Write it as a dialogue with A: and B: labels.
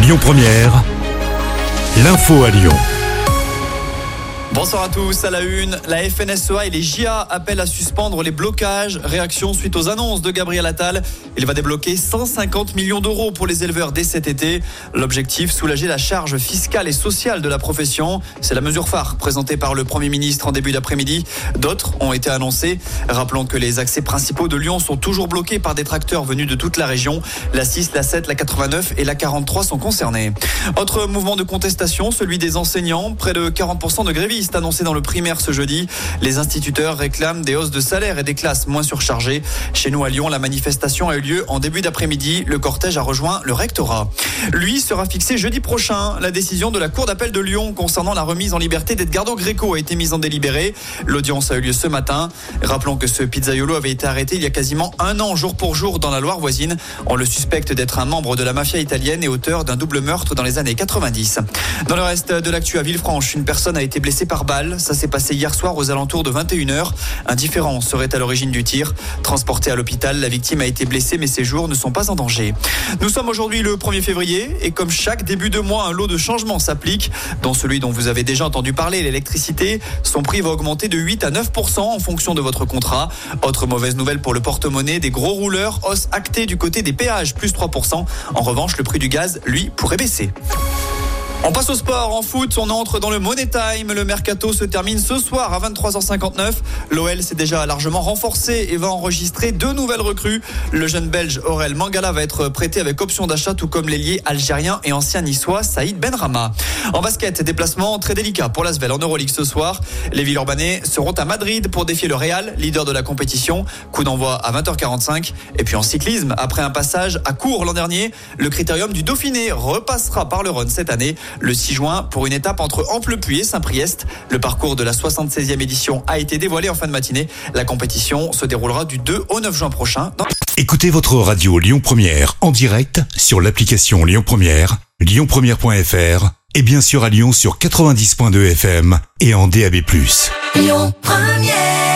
A: Lyon Première, l'info à Lyon.
B: Bonsoir à tous, à la une, la FNSEA et les JA appellent à suspendre les blocages. Réaction suite aux annonces de Gabriel Attal. Il va débloquer 150 millions d'euros pour les éleveurs dès cet été. L'objectif, soulager la charge fiscale et sociale de la profession. C'est la mesure phare présentée par le Premier ministre en début d'après-midi. D'autres ont été annoncées. Rappelons que les accès principaux de Lyon sont toujours bloqués par des tracteurs venus de toute la région. La 6, la 7, la 89 et la 43 sont concernés. Autre mouvement de contestation, celui des enseignants. Près de 40% de grévistes annoncé dans le primaire ce jeudi. Les instituteurs réclament des hausses de salaire et des classes moins surchargées. Chez nous à Lyon, la manifestation a eu lieu en début d'après-midi. Le cortège a rejoint le rectorat. Lui sera fixé jeudi prochain. La décision de la Cour d'appel de Lyon concernant la remise en liberté d'Edgardo Greco a été mise en délibéré. L'audience a eu lieu ce matin. Rappelons que ce pizzaiolo avait été arrêté il y a quasiment un an, jour pour jour, dans la Loire voisine. On le suspecte d'être un membre de la mafia italienne et auteur d'un double meurtre dans les années 90. Dans le reste de l'actu à Villefranche, une personne a été blessée par balle. Ça s'est passé hier soir aux alentours de 21h. Un différend serait à l'origine du tir. Transporté à l'hôpital, la victime a été blessée mais ses jours ne sont pas en danger. Nous sommes aujourd'hui le 1er février et comme chaque début de mois, un lot de changements s'applique. Dont celui dont vous avez déjà entendu parler, l'électricité. Son prix va augmenter de 8 à 9% en fonction de votre contrat. Autre mauvaise nouvelle pour le porte-monnaie, des gros rouleurs, hausse actée du côté des péages, plus 3%. En revanche, le prix du gaz, lui, pourrait baisser. On passe au sport. En foot, on entre dans le Money Time. Le mercato se termine ce soir à 23h59. L'OL s'est déjà largement renforcé et va enregistrer 2 nouvelles recrues. Le jeune belge Aurel Mangala va être prêté avec option d'achat, tout comme l'ailier algérien et ancien niçois Saïd Benrahma. En basket, déplacement très délicat pour l'Asvel en Euroleague ce soir. Les Villeurbanais seront à Madrid pour défier le Real, leader de la compétition. Coup d'envoi à 20h45. Et puis en cyclisme, après un passage à Cours l'an dernier, le critérium du Dauphiné repassera par le Rhône cette année. Le 6 juin, pour une étape entre Amplepuis et Saint-Priest. Le parcours de la 76e édition a été dévoilé en fin de matinée. La compétition se déroulera du 2 au 9 juin prochain.
A: Écoutez votre radio Lyon Première en direct sur l'application Lyon Première, lyonpremière.fr et bien sûr à Lyon sur 90.2 FM et en DAB+.
C: Lyon Première.